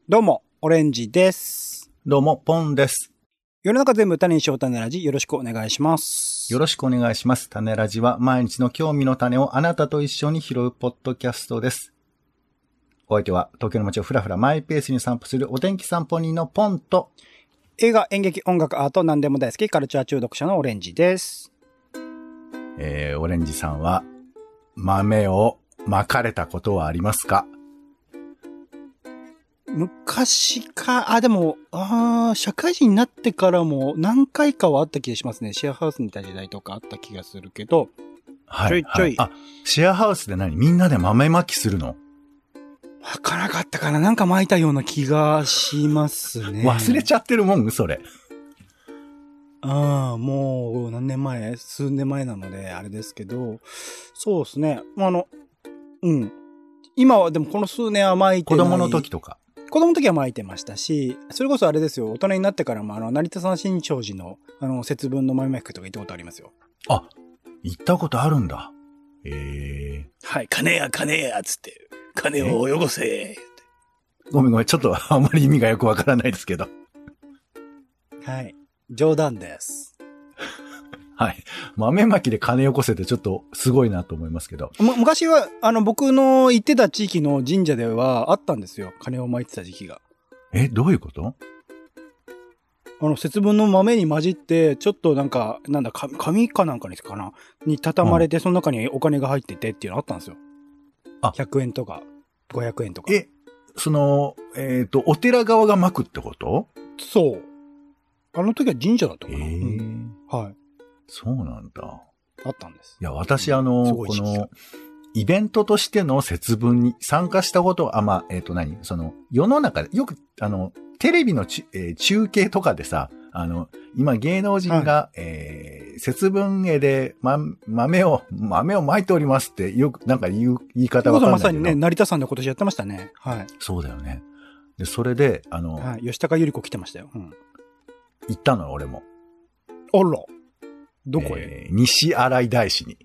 どうも、オレンジです。 どうも、ポンです。 世の中全部種にしよう種ラジ、よろしくお願いします。 よろしくお願いします。種ラジは毎日の興味の種をあなたと一緒に拾うポッドキャストです。お相手は東京の街をふらふらマイペースに散歩するお天気散歩人のポンと、 映画、演劇、音楽、アート、何でも大好き、カルチャー中毒者のオレンジです。 オレンジさんは豆をまかれたことはありますか？ 昔か、でも、社会人になってからも何回かはあった気がしますね。シェアハウスみたいな時代とかあった気がするけど、 はい、 ちょいちょい。 はい。シェアハウスでみんなで豆まきするの？ わからなかったかな。なんか巻いたような気がしますね。 忘れちゃってるもんそれ。 もう数年前なので、あれですけど、そうですね。今はでもこの数年は巻いてない。 子供の時とか。 子供の時は巻いてましたし、それこそあれですよ、大人になってからも成田山新勝寺の節分の豆まきとか行ったことありますよ。 あ、行ったことあるんだ。 はい、金やつって、金をよこせごめん、ちょっとあまり意味がよくわからないですけど。 はい、冗談です。 はい。豆まきで金よこせってちょっとすごいなと思いますけど。 昔は、僕の行ってた地域の神社ではあったんですよ。金をまいてた時期が。 どういうこと？ 節分の豆に混じって、ちょっと紙かなんかにかなに畳まれて、その中にお金が入っててっていうのあったんですよ。100円とか、500円とか。 お寺側が巻くってこと？ そう。あの時は神社だったかな。はい。 そうなんだ。 あったんです。 いや、私この、イベントとしての節分に参加したことは、世の中で、よく、テレビの中継とかでさ、今芸能人が、節分絵で、豆をまいておりますって、よく、言い方わかんないけど。 まさにね、成田山で今年やってましたね。はい。 そうだよね。で、それで、 はい、吉高由里子来てましたよ。 行ったの、俺も。 あら。どこへ？ 西新井大師に。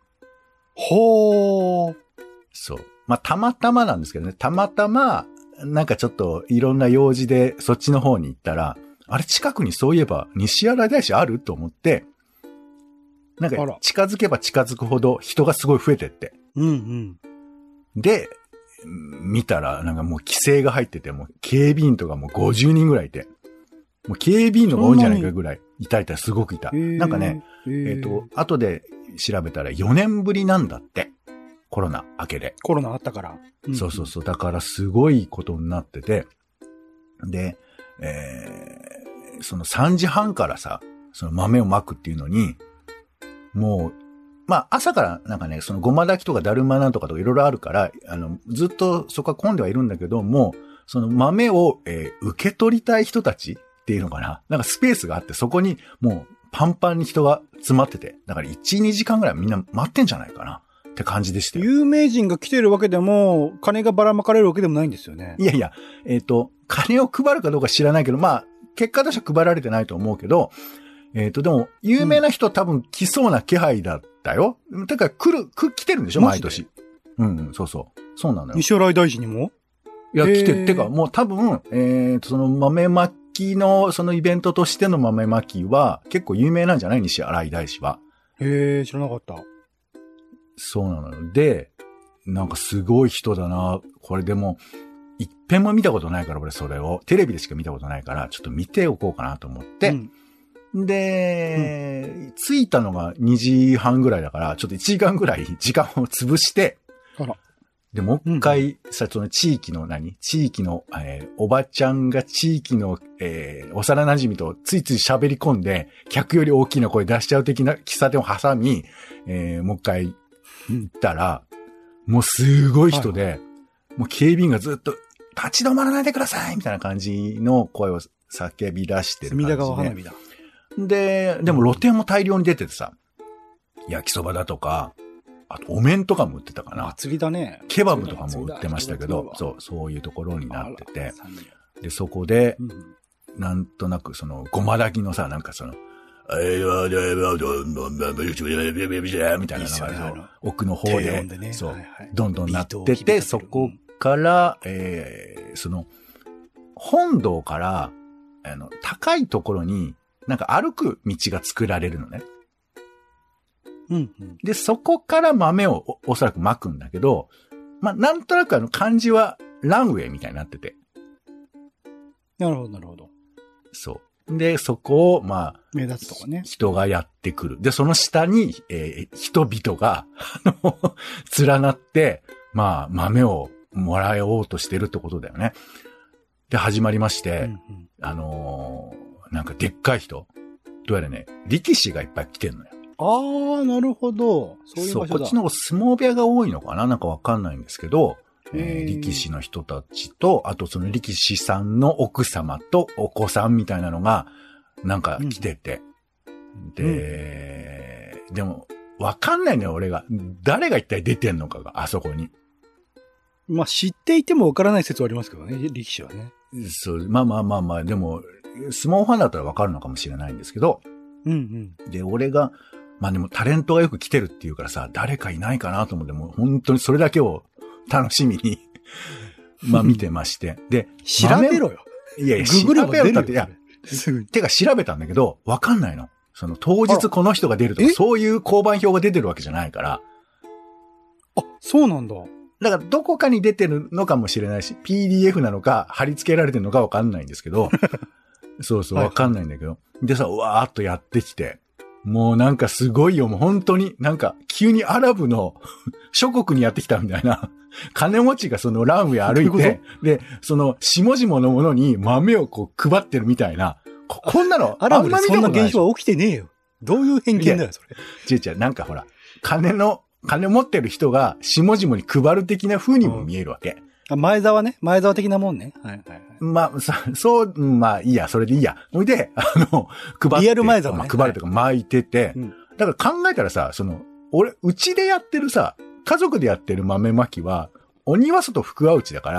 ほー。 そう。たまたまなんですけどね。たまたま、ちょっといろんな用事でそっちの方に行ったら、あれ近くにそういえば西新井大師あると思って、近づけば近づくほど人がすごい増えてって。で、見たらもう規制が入ってて、もう警備員とかもう50人ぐらいいて。もう警備員の方が多いんじゃないかぐらいいたすごくいた。後で調べたら4年ぶりなんだって。コロナ明けで。 コロナあったから。 そう。だからすごいことになってて。で、その3時半からさ、その豆をまくっていうのに、もう、朝からそのごま炊きとかだるまなんとかいろいろあるから、ずっとそこは混んではいるんだけども、その豆を、受け取りたい人たちっていうのかな。スペースがあって、そこにもうパンパンに人が詰まってて、だから1、2時間ぐらいみんな待ってんじゃないかなって感じでしたよ。 有名人が来てるわけでも、金がばらまかれるわけでもないんですよね。 いや、金を配るかどうか知らないけど、結果としては配られてないと思うけど、でも、有名な人多分来そうな気配だったよ。だから来てるんでしょ毎年。そう。そうなのよ。 西新井大師にも？ いや、来てる。てか、もう多分、その豆まきの、そのイベントとしての豆まきは、結構有名なんじゃない？西新井大師は。 知らなかった。 そうなのよ。で、すごい人だな。これでも、一遍も見たことないから、俺それを。テレビでしか見たことないから、ちょっと見ておこうかなと思って。で、着いたのが2時半ぐらいだから、ちょっと1時間ぐらい時間を潰して、で、もう一回、その地域のおばちゃんが地域の、幼馴染とついつい喋り込んで、客より大きな声出しちゃう的な喫茶店を挟み、もう一回行ったら、もうすごい人で、もう警備員がずっと、立ち止まらないでくださいみたいな感じの声を叫び出してる感じで。 隅田川花火だ。 でも露店も大量に出ててさ、焼きそばだとか、あとお面とかも売ってたかな。 祭りだね。 ケバブとかも売ってましたけど、そういうところになってて。で、そこで、なんとなくその、ごま炊きのさ、みたいなのが、奥の方で、そう、どんどんなってて、そこから、 本堂から、高いところに、なんか歩く道が作られるのね。 うんうん。 で、そこから豆をおそらく撒くんだけど、まあ、なんとなく漢字はランウェイみたいになってて。 なるほど、なるほど。 そう。で、そこを、まあ、 目立つとかね。 人がやってくる。で、その下に、人々が、連なって、まあ、豆をもらおうとしてるってことだよね。で、始まりまして、なんかでっかい人。どうやらね、力士がいっぱい来てんのよ。 ああ、なるほど。そういう場所だ。 そう、こっちの方相撲部屋が多いのかななんかわかんないんですけど、力士の人たちと、あとその力士さんの奥様とお子さんみたいなのが、なんか来てて。で、でも、わかんないのよ、俺が。誰が一体出てんのかが、あそこに。 まあ、知っていてもわからない説はありますけどね、力士はね。 そう、まあ、でも、相撲ファンだったらわかるのかもしれないんですけど、 うんうん。 で、俺が、まあでもタレントがよく来てるっていうからさ、誰かいないかなと思って、もう本当にそれだけを楽しみに、まあ見てまして。で、 調べろよ。 いやいや、 ググれば出るよ。 調べろって、いや、 すぐ。 てか調べたんだけど、わかんないの。その当日この人が出るとか、そういう交番表が出てるわけじゃないから。 あ、そうなんだ。 だからどこかに出てるのかもしれないし、PDF なのか貼り付けられてるのかわかんないんですけど、そうそう、わかんないんだけど。でさ、わーっとやってきて、もうなんかすごいよ、もう本当に、なんか急にアラブの諸国にやってきたみたいな、金持ちがそのランウェイ歩いて、で、その下々のものに豆をこう配ってるみたいな、こんなの、 アラブでそんな現象は起きてねえよ。どういう偏見だよ、それ。 違う、なんかほら、金持ってる人が下々に配る的な風にも見えるわけ。 前澤ね。前澤的なもんね。はいはいはい。 まあ、そう、まあいいや、それでいいや。ほいで、配って。 リアル前澤ね。 まあ、配るとか巻いてて、はい、だから考えたらさ、うちでやってるさ、家族でやってる豆まきは、鬼は外福は内だから、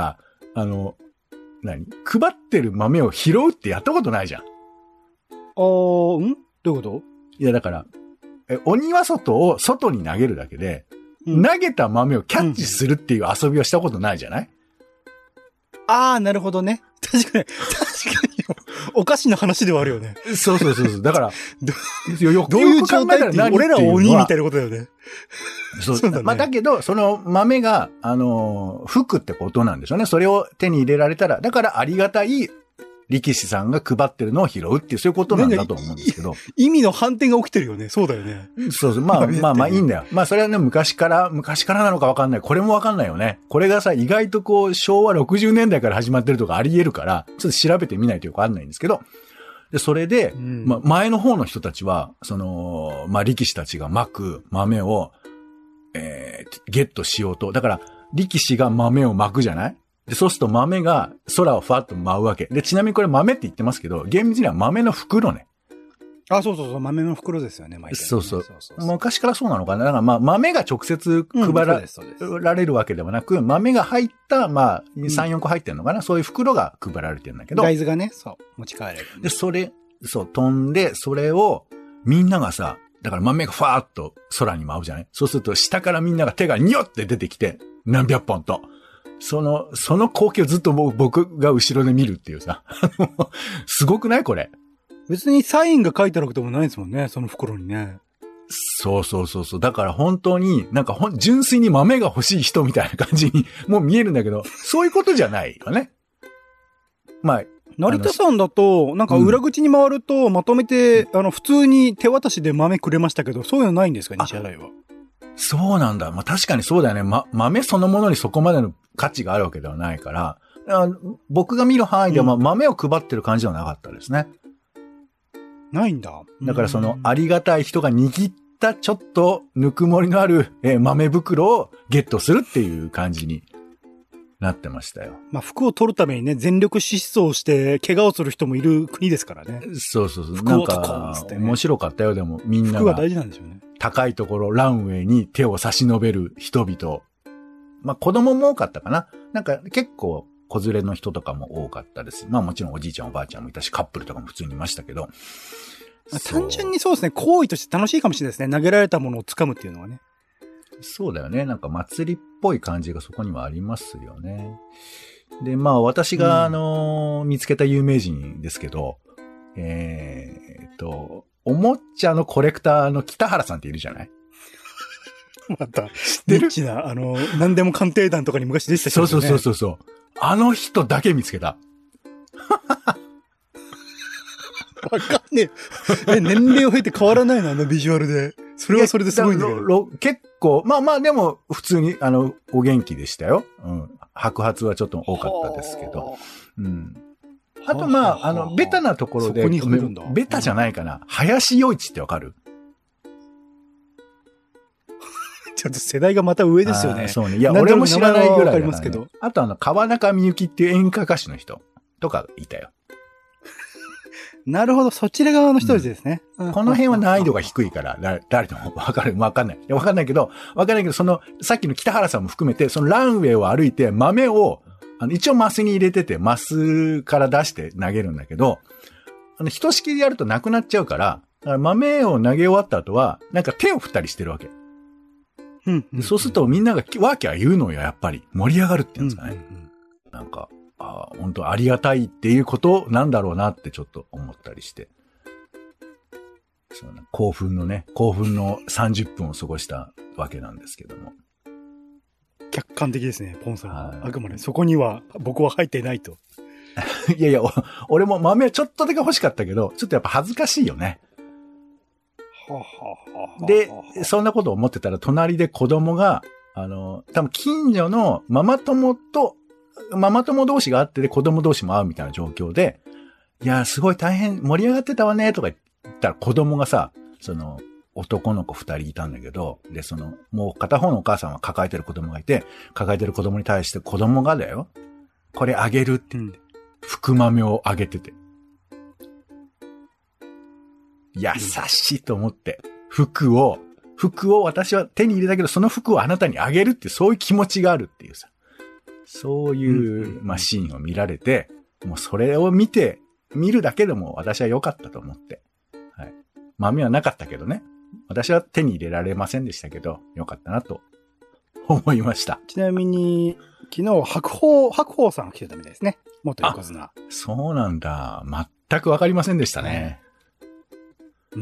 配ってる豆を拾うってやったことないじゃん。 どういうこといや、だから、鬼は外を外に投げるだけで、投げた豆をキャッチするっていう遊びをしたことないじゃない、 ああ、なるほどね。確かに。おかしな話ではあるよね。 そう。だから、 どういう状態って俺ら鬼みたいなことだよね。 そうだね。まあ、だけど、その豆が、服ってことなんでしょうね。それを手に入れられたら、だからありがたい力士さんが配ってるのを拾うっていう、そういうことなんだと思うんですけど。 意味の反転が起きてるよね。そうだよね。 そう。まあいいんだよ。まあそれはね、昔からなのかわかんない。これもわかんないよね。これがさ、意外とこう、昭和60年代から始まってるとかあり得るから、ちょっと調べてみないとよくわかんないんですけど。で、それで、まあ前の方の人たちは、まあ力士たちが撒く豆を、ゲットしようと。だから、力士が豆を撒くじゃないで、そうすると豆が空をファッと舞うわけ。で、ちなみにこれ豆って言ってますけど、厳密には豆の袋ね。 あ、そう。豆の袋ですよね、毎回、ね。 そう。昔からそうなのかな。だからまあ、豆が直接配られるわけではなく、豆が入った、まあ、3、4個入ってるのかな。そういう袋が配られてるんだけど。 大豆がね、そう、持ち帰れる、ね。 で、飛んで、それを、みんながさ、だから豆がファーっと空に舞うじゃないそうすると、下からみんなが手がニョって出てきて、何百本と。その光景をずっと僕が後ろで見るっていうさ。すごくないこれ。 別にサインが書いてあるわけでもないですもんね、その袋にね。 そう。だから本当に、なんか純粋に豆が欲しい人みたいな感じにもう見えるんだけど、そういうことじゃないよね。まあ、 成田さんだと、なんか裏口に回ると、まとめて、普通に手渡しで豆くれましたけど、そういうのないんですか、西新井は。 そうなんだ。まあ確かにそうだよね。豆そのものにそこまでの価値があるわけではないから、僕が見る範囲では豆を配ってる感じはなかったですね。 ないんだ。 だからありがたい人が握ったちょっとぬくもりのある、豆袋をゲットするっていう感じになってましたよ。 まあ服を取るためにね、全力疾走して怪我をする人もいる国ですからね。 そう。なんか、面白かったよ、でもみんなが。 服が大事なんでしょうね。 高いところ、ランウェイに手を差し伸べる人々。まあ子供も多かったかな。なんか結構子連れの人とかも多かったです。まあもちろんおじいちゃんおばあちゃんもいたし、カップルとかも普通にいましたけど。 単純にそうですね、行為として楽しいかもしれないですね。投げられたものを掴むっていうのはね。 そうだよね。なんか祭りっぽい感じがそこにはありますよね。 で、まあ私が見つけた有名人ですけど、おもちゃのコレクターの北原さんっているじゃない？ また、ニッチな、何でも鑑定団とかに昔でしたけどね。 そう。あの人だけ見つけた。 わかんねえ。年齢を経て変わらないのあのビジュアルで。それはそれですごいんだけど。 結構、まあでも、普通に、お元気でしたよ。うん。白髪はちょっと多かったですけど。うん。あとまあ、ベタなところで、ベタじゃないかな。林洋一ってわかる？ ちょっと世代がまた上ですよね。 そうね。いや、俺も知らないぐらいだから、ね。 ますけど。 あと川中美幸っていう演歌歌手の人とかいたよ。 なるほど、そちら側の人たちですね。 この辺は難易度が低いから、誰でもわかんない。わかんないけど、さっきの北原さんも含めて、そのランウェイを歩いて、豆を、一応マスに入れてて、マスから出して投げるんだけど、ひとしきりやるとなくなっちゃうから、豆を投げ終わった後は、なんか手を振ったりしてるわけ。そうするとみんながワーキャー言うのよ、やっぱり。盛り上がるって言うんですかね。なんか、本当ありがたいっていうことなんだろうなってちょっと思ったりして。興奮の30分を過ごしたわけなんですけども。 客観的ですね、ポンさんは。あくまでそこには僕は入ってないと。 いや、俺も豆ちょっとだけ欲しかったけど、ちょっとやっぱ恥ずかしいよね。で、そんなことを思ってたら隣で子供が、多分近所のママ友同士が会ってて子供同士も会うみたいな状況で、いや、すごい大変盛り上がってたわね、とか言ったら子供がさ、男の子2人いたんだけど、で、もう片方のお母さんは抱えてる子供がいて、抱えてる子供に対して子供がだよ、これあげるって言って、福豆をあげてて。優しいと思って、服を私は手に入れたけど、その服をあなたにあげるってそういう気持ちがあるっていうさ。そういう、シーンを見られて、もうそれを見るだけでも私は良かったと思って。はい。豆はなかったけどね。私は手に入れられませんでしたけど、良かったなと思いました。 ちなみに、昨日白鵬さんが来てたみたいですね。元横綱。 そうなんだ。全くわかりませんでしたね。 うん。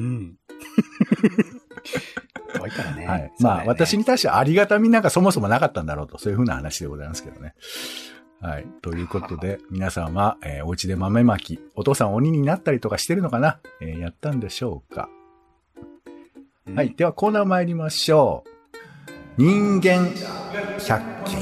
怖いからね。 はい。まあ、私に対してはありがたみなんかそもそもなかったんだろうと、そういうふうな話でございますけどね。はい。ということで、皆さんは、お家で豆まき、お父さん鬼になったりとかしてるのかな、やったんでしょうか。はい。では、コーナー参りましょう。人間百景。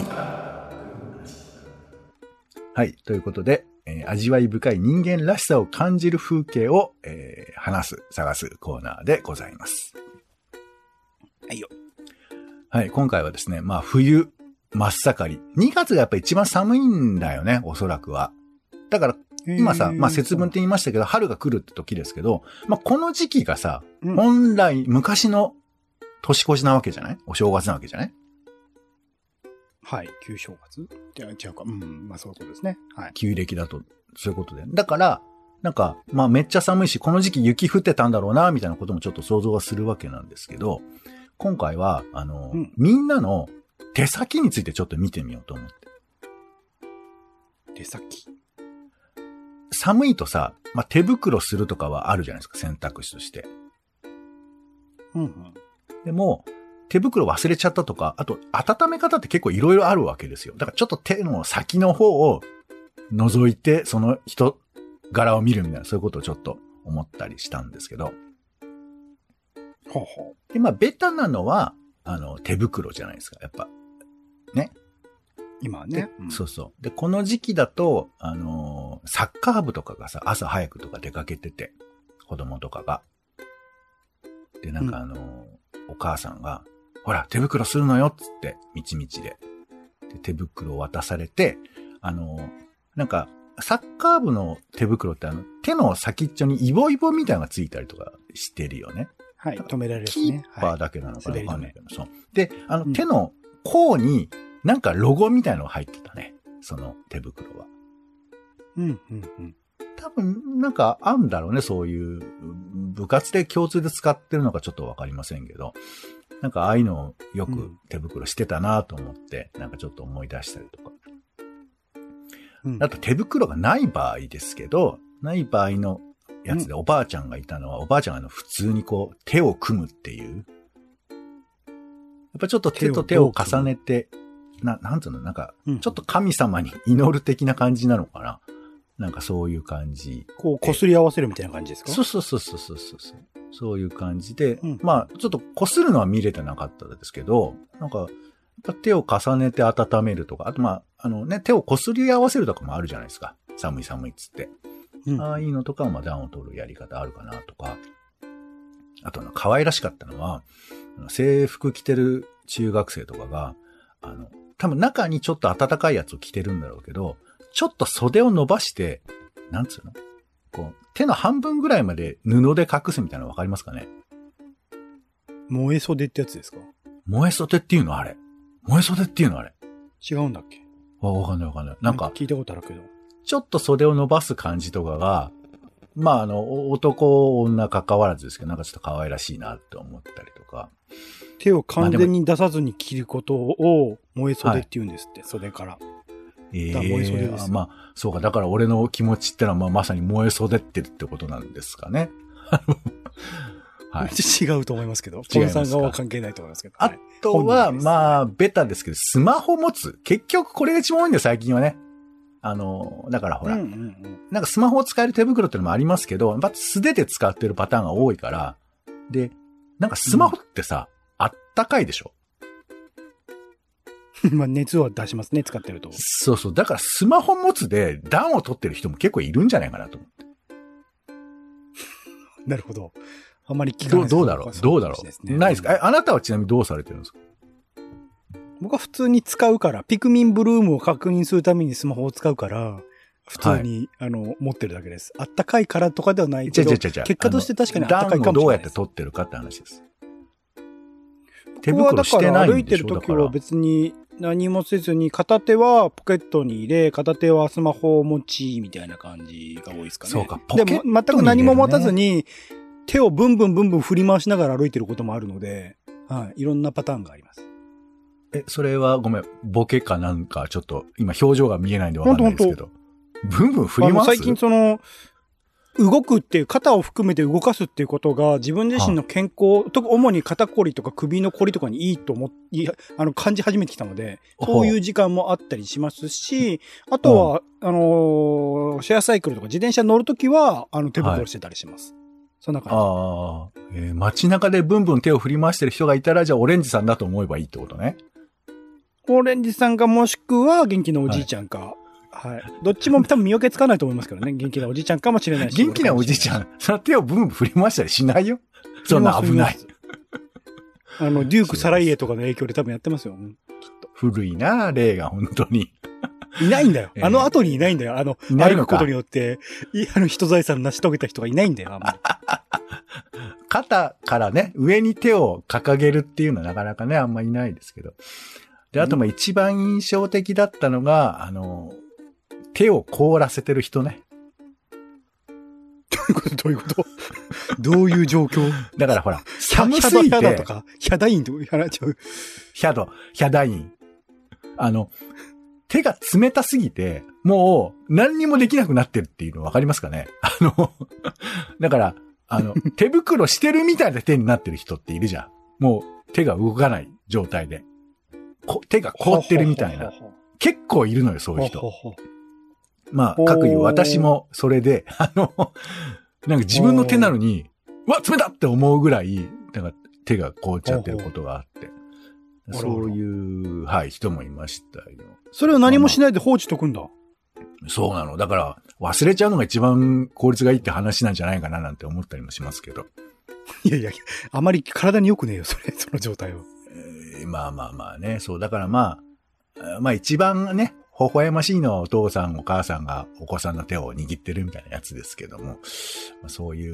はい。ということで、味わい深い人間らしさを感じる風景を、探すコーナーでございます。 はいよ。 はい、今回はですね、冬真っ盛り。2月がやっぱり一番寒いんだよね、おそらくは。だから、今さ、節分って言いましたけど、春が来るって時ですけど、この時期がさ、本来昔の年越しなわけじゃない？お正月なわけじゃない？ はい。旧正月？違うか。そういうことですね。はい。 旧暦だと、そういうことで。だから、なんか、めっちゃ寒いし、この時期雪降ってたんだろうな、みたいなこともちょっと想像はするわけなんですけど、今回は、みんなの手先についてちょっと見てみようと思って。 手先？ 寒いとさ、手袋するとかはあるじゃないですか、選択肢として。でも、手袋忘れちゃったとか、あと、温め方って結構いろいろあるわけですよ。だからちょっと手の先の方を覗いて、その人柄を見るみたいな、そういうことをちょっと思ったりしたんですけど。で、ベタなのは、手袋じゃないですか、やっぱ。ね。 今ね。 そうそう。で、この時期だと、サッカー部とかがさ、朝早くとか出かけてて、子供とかが。で、なんかお母さんが、ほら、手袋するのよっつって、みちみちで。で、手袋を渡されて、なんか、サッカー部の手袋って手の先っちょにイボイボみたいなのがついたりとかしてるよね。 はい、止められるね。 キーパーだけなのかなわかんないけど、そう。で、手の甲になんかロゴみたいなのが入ってたね。その手袋は。多分、なんかあるんだろうね、そういう、部活で共通で使ってるのかちょっとわかりませんけど、なんかああいうのをよく手袋してたなと思って、なんかちょっと思い出したりとか。 あと手袋がない場合ですけど、ない場合のやつでおばあちゃんがいたのは、おばあちゃんが普通にこう手を組むっていう。やっぱちょっと手と手を重ねて、なんつうの、なんか、ちょっと神様に祈る的な感じなのかな。なんかそういう感じ。 こう、擦り合わせるみたいな感じですか？ そう。そういう感じで、まあ、ちょっと擦るのは見れてなかったですけど、なんか、やっぱ手を重ねて温めるとか、あとまあ、手を擦り合わせるとかもあるじゃないですか。寒いっつって。ああいうのとかはまあ暖を取るやり方あるかなとか。あと可愛らしかったのは、制服着てる中学生とかが、多分中にちょっと暖かいやつを着てるんだろうけど、ちょっと袖を伸ばして、なんつうの？こう、手の半分ぐらいまで布で隠すみたいなのわかりますかね？ 燃え袖ってやつですか？ 燃え袖っていうのあれ。燃え袖っていうのあれ。 違うんだっけ？ わかんない。なんか、 聞いたことあるけど。 ちょっと袖を伸ばす感じとかが、まあ男、女関わらずですけど、なんかちょっと可愛らしいなって思ったりとか。 手を完全に出さずに着ることを燃え袖って言うんですって、袖から。燃え袖です。 まあ、そうか。だから俺の気持ちってのは、まあ、まさに燃え袖ってるってことなんですかね。 はい。違うと思いますけど。ポンさん側は関係ないと思いますけど。 あとは、まあ、ベタですけど、スマホ持つ。結局これが一番多いんだよ、最近はね。だからほら、なんかスマホを使える手袋ってのもありますけど、やっぱ素手で使ってるパターンが多いから、で、なんかスマホってさ、あったかいでしょ？ まあ熱は出しますね、使ってると。 そう。だからスマホ持つで暖を取ってる人も結構いるんじゃないかなと思って。 なるほど。あんまり聞かない。 どうだろうないですか？あなたはちなみにどうされてるんですか？ 僕は普通に使うから、ピクミンブルームを確認するためにスマホを使うから、普通に、持ってるだけです。あったかいからとかではないけど、結果として確かにあったかいかもしれない。暖をどうやって取ってるかって話です。手袋してないんでしょ？ 歩いてる時は別に何もせずに、片手はポケットに入れ、片手はスマホを持ち、みたいな感じが多いですかね。 そうか、ポケットに入れるね。 でも全く何も持たずに、手をブンブン振り回しながら歩いてることもあるので、はい、いろんなパターンがあります。 それはごめん、ボケかなんか、ちょっと今表情が見えないんでわかんないですけど。ブンブン振り回す？ 最近動くっていう、肩を含めて動かすっていうことが、自分自身の健康、主に肩こりとか首のこりとかにいいと感じ始めてきたので、そういう時間もあったりしますし、あとは、シェアサイクルとか自転車乗るときは、手袋してたりします。そんな感じ。街中でブンブン手を振り回してる人がいたら、じゃあオレンジさんだと思えばいいってことね。 オレンジさんかもしくは元気なおじいちゃんか。はい。どっちも多分見分けつかないと思いますけどね。元気なおじいちゃんかもしれないし。 元気なおじいちゃん、その手をブンブン振り回したりしないよ。そんな危ない。 デューク・サライエとかの影響で多分やってますよ。きっと。 古いな、例が本当に。 いないんだよ。後にいないんだよ。歩くことによって、人財産成し遂げた人がいないんだよ。 肩からね、上に手を掲げるっていうのはなかなかね、あんまいないですけど。で、あと一番印象的だったのが、手を凍らせてる人ね。 どういうことどういう状況？ だからほら、寒すぎて。 ヒャダとか、ヒャダインとか、 ヒャダイン。手が冷たすぎて、もう何にもできなくなってるっていうの分かりますかね？だから、手袋してるみたいな手になってる人っているじゃん。もう手が動かない状態で。手が凍ってるみたいな。結構いるのよ、そういう人。まあ、各言う私もそれで、なんか自分の手なのに、うわ、冷たって思うぐらい、なんか手が凍っちゃってることがあって。そういう、はい、人もいましたよ。 それを何もしないで放置とくんだ。 そうなの。だから、忘れちゃうのが一番効率がいいって話なんじゃないかななんて思ったりもしますけど。 いや、あまり体に良くねえよ、その状態は。 まあね、そう、だからまあ一番ね、微笑ましいのはお父さんお母さんがお子さんの手を握ってるみたいなやつですけども、そういう。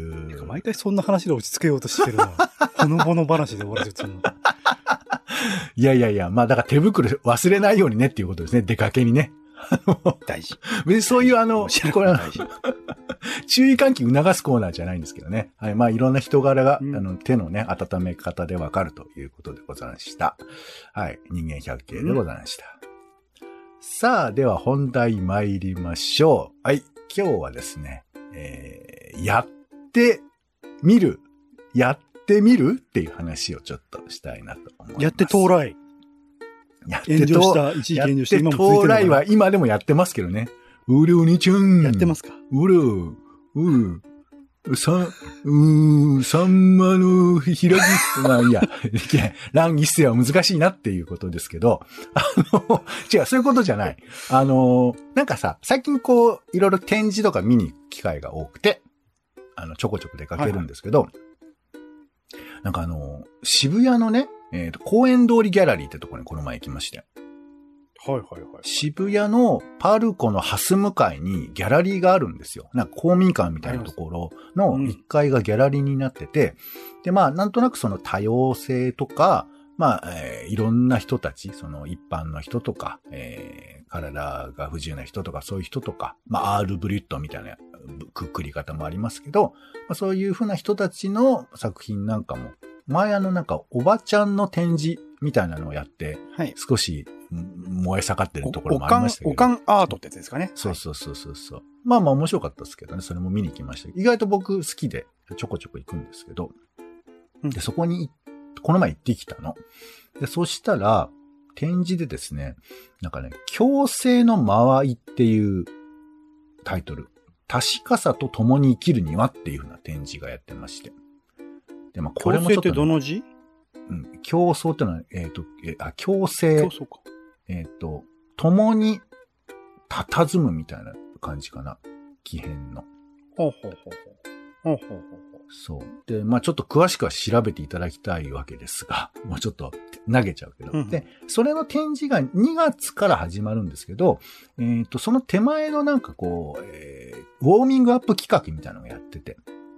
毎回そんな話で落ち着けようとしてるな。ほのぼの話で終わらせてるの。 いや、まあだから手袋忘れないようにねっていうことですね、出かけにね。 大事。 別にそういうこれ注意喚起促すコーナーじゃないんですけどね。はい。まあいろんな人柄が、手のね、温め方でわかるということでございました。はい。人間百景でございました。 さあ、では本題参りましょう。はい、今日はですね、やってみるっていう話をちょっとしたいなと思います。 やって到来。炎上した、一時炎上して、 今も続いてる。到来は今でもやってますけどね。うるうにちゅん。 やってますか？ さんまの開き、まあいいや、乱一世は難しいなっていうことですけど、違う、そういうことじゃない。なんかさ、最近こう、いろいろ展示とか見に行く機会が多くて、ちょこちょこ出かけるんですけど、なんか渋谷のね、公園通りギャラリーってところにこの前行きまして。 はいはいはい。 渋谷のパルコのハス向かいにギャラリーがあるんですよ。なんか公民館みたいなところの1階がギャラリーになってて、で、まあ、なんとなくその多様性とか、まあ、いろんな人たち、その一般の人とか、体が不自由な人とか、そういう人とか、まあ、アールブリュットみたいなくくり方もありますけど、まあ、そういうふうな人たちの作品なんかも、前なんかおばちゃんの展示みたいなのをやって、はい、少し燃え盛ってるところもありましたけど。 おかんアートってやつですかね。 そうそうそうそう。まあまあ面白かったですけどね、それも見に行きました。意外と僕好きでちょこちょこ行くんですけど、で、そこにこの前行ってきたの。で、そしたら、展示でですね、なんかね、共生の間合いっていうタイトル。確かさと共に生きるにはっていう風な展示がやってまして。で、まあこれもちょっと、ね、 共生ってどの字？ うん、競争ってのは、共生。 競争か。 共に佇むみたいな感じかな。木片の。 ほう。 そう。で、まあちょっと詳しくは調べていただきたいわけですが、もうちょっと投げちゃうけど。で、それの展示が2月から始まるんですけど、その手前のなんかこう、ウォーミングアップ企画みたいなのをやってて。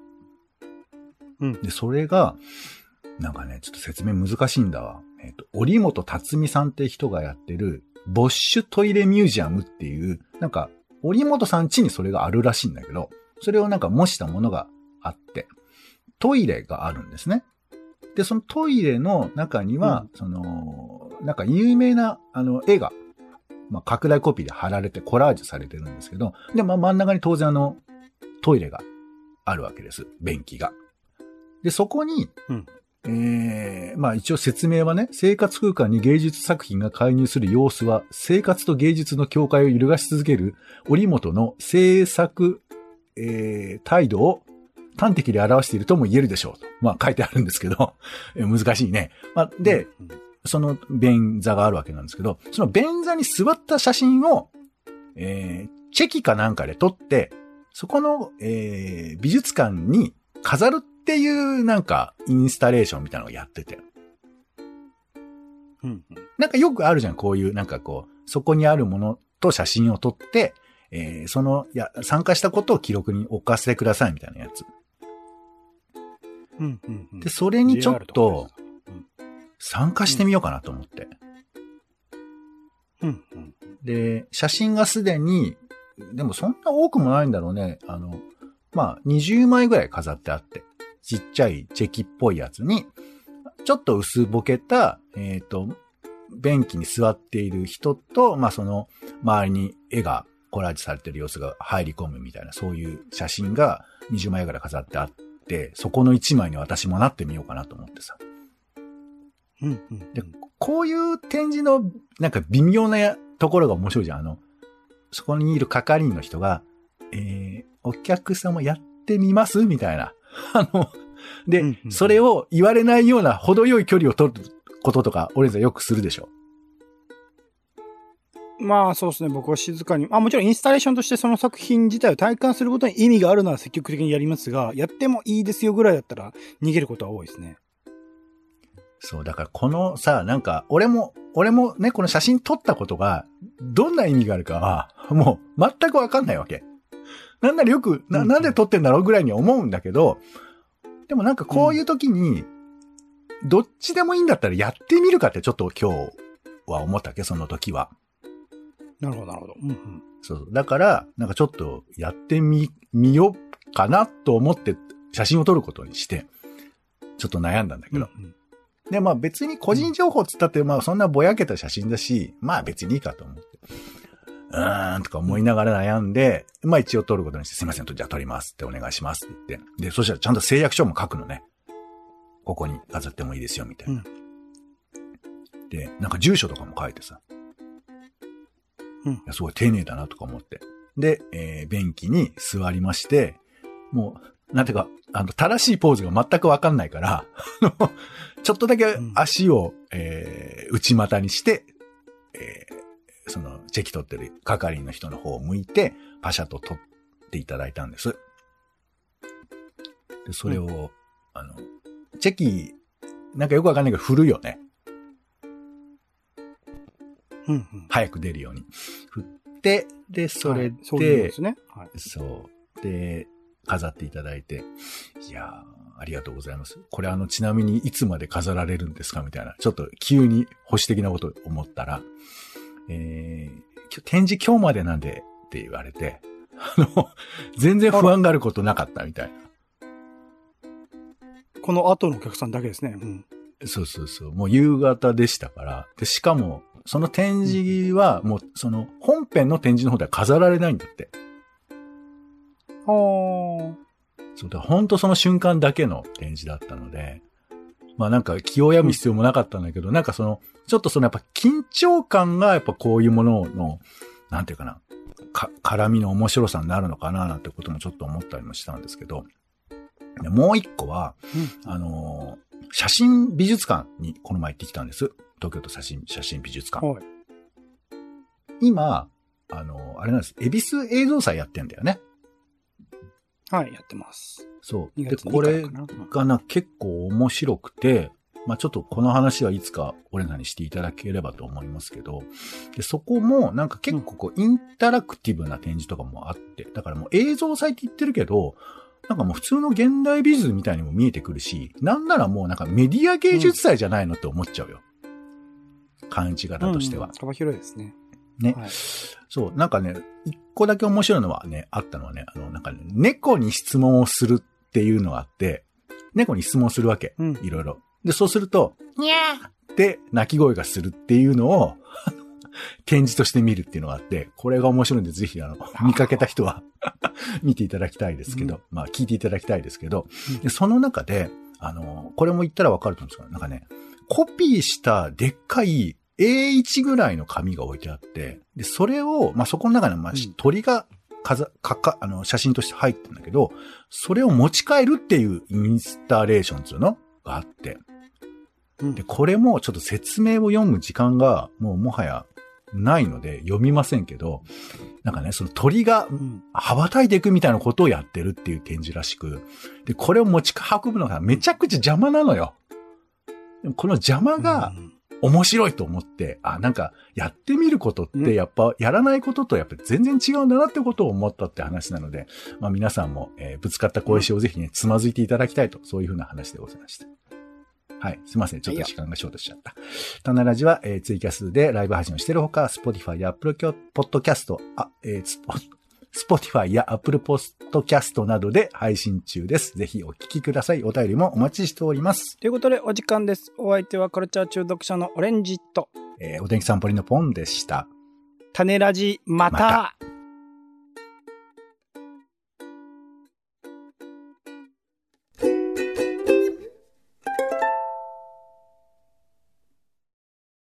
で、それが、なんかね、ちょっと説明難しいんだわ。折本辰巳さんって人がやってる、ボッシュトイレミュージアムっていう、なんか、折本さん家にそれがあるらしいんだけど、それをなんか模したものがあって、トイレがあるんですね。で、そのトイレの中には、なんか有名な、絵が、まあ、拡大コピーで貼られてコラージュされてるんですけど、で、まあ、真ん中に当然トイレがあるわけです。便器が。で、そこに、まあ一応説明はね、生活空間に芸術作品が介入する様子は、生活と芸術の境界を揺るがし続ける折本の制作、態度を端的に表しているとも言えるでしょうと。まあ書いてあるんですけど、難しいね。まあ、で、その便座があるわけなんですけど、その便座に座った写真を、チェキかなんかで撮って、そこの、美術館に飾るっていうなんかインスタレーションみたいなのをやってて。なんかよくあるじゃん、こういうなんかこう、そこにあるものと写真を撮って、参加したことを記録に置かせてくださいみたいなやつ。で、それにちょっと参加してみようかなと思って。で、写真がすでに、でもそんな多くもないんだろうね。まあ、20枚ぐらい飾ってあって。ちっちゃいチェキっぽいやつに、ちょっと薄ぼけた、便器に座っている人と、まあその周りに絵がコラージュされている様子が入り込むみたいな、そういう写真が20枚ぐらい飾ってあって、そこの1枚に私もなってみようかなと思ってさ。で、こういう展示のなんか微妙なところが面白いじゃん。そこにいる係員の人が、お客様やってみますみたいな。で、それを言われないような程よい距離を取ることとか、俺らよくするでしょ。 まあそうですね、僕は静かに。もちろんインスタレーションとしてその作品自体を体感することに意味があるのは積極的にやりますが、やってもいいですよぐらいだったら逃げることは多いですね。 そう、だからこのさ、なんか、俺もね、この写真撮ったことが、どんな意味があるかは、もう全くわかんないわけ。なんならよく、なんで撮ってんだろうぐらいに思うんだけど、でもなんかこういう時に、どっちでもいいんだったらやってみるかってちょっと今日は思ったっけ、その時は。 なるほど、なるほど。 そう。だから、なんかちょっとやってみようかなと思って写真を撮ることにして、ちょっと悩んだんだけど。で、まあ別に個人情報つったって、まあそんなぼやけた写真だし、まあ別にいいかと思って。 とか思いながら悩んで、まあ一応取ることにして、すいません、じゃあ取りますってお願いしますって言って。で、そしたらちゃんと誓約書も書くのね。ここに飾ってもいいですよ、みたいな。で、なんか住所とかも書いてさ。いやすごい丁寧だなとか思って。で、便器に座りまして、もう、なんていうか、正しいポーズが全くわかんないから、ちょっとだけ足を、内股にして、その、チェキ取ってる係の人の方を向いて、パシャと取っていただいたんです。で、それを、チェキ、なんかよくわかんないけど振るよね。早く出るように。振って、で、それで、 そうですね。 そう。で、飾っていただいて、いやー、ありがとうございます。これちなみにいつまで飾られるんですかみたいな、ちょっと急に保守的なことを思ったら、展示今日までなんでって言われて、全然不安があることなかったみたいな。 この後のお客さんだけですね。 そうそうそう。もう夕方でしたから。で、しかも、その展示は、もう、その、本編の展示の方では飾られないんだって。そうだ、ほんとその瞬間だけの展示だったので、まあなんか気を病む必要もなかったんだけど、なんかその、ちょっとそのやっぱ緊張感がやっぱこういうものの、なんていうかな、絡みの面白さになるのかななんてこともちょっと思ったりもしたんですけど、もう一個は、写真美術館にこの前行ってきたんです。東京都写真美術館。今、あれなんです。恵比寿映像祭やってんだよね。 はい、やってます。 そう。で、これがな、結構面白くて、まあちょっとこの話はいつか俺らにしていただければと思いますけど、で、そこもなんか結構こう、インタラクティブな展示とかもあって、だからもう映像祭って言ってるけど、なんかもう普通の現代美術みたいにも見えてくるし、なんならもうなんかメディア芸術祭じゃないのって思っちゃうよ。感じ方としては。 幅広いですね。 ね。はい、そう、なんかね、一個だけ面白いのはね、あったのはね、なんかね、猫に質問をするっていうのがあって、猫に質問するわけ。いろいろ。で、そうすると、にゃーって鳴き声がするっていうのを、展示として見るっていうのがあって、これが面白いんで、ぜひ見かけた人は見ていただきたいですけど、まあ聞いていただきたいですけど、でその中で、これも言ったらわかると思うんですけど、なんかね、コピーしたでっかい A1 ぐらいの紙が置いてあって、で、それを、まあそこの中に鳥が写真として入ってるんだけど、それを持ち帰るっていうインスタレーションっていうのがあって、で、これもちょっと説明を読む時間がもはやないので読みませんけど、なんかね、その鳥が羽ばたいていくみたいなことをやってるっていう展示らしく、で、これを持ち運ぶのがめちゃくちゃ邪魔なのよ。でもこの邪魔が面白いと思って、なんかやってみることってやっぱやらないこととやっぱ全然違うんだなってことを思ったって話なので、まあ皆さんも、ぶつかった小石をぜひね、つまずいていただきたいと、そういうふうな話でございました。はい。すいません。ちょっと時間がショートしちゃった。タナラジは、ツイキャスでライブ配信をしているほか、Spotify や Apple Podcast、Spotify や Apple Podcast などで配信中です。ぜひお聞きください。お便りもお待ちしております。 ということで、お時間です。お相手はカルチャー中毒者のオレンジと、 お天気散歩りのポンでした。 タネラジ、また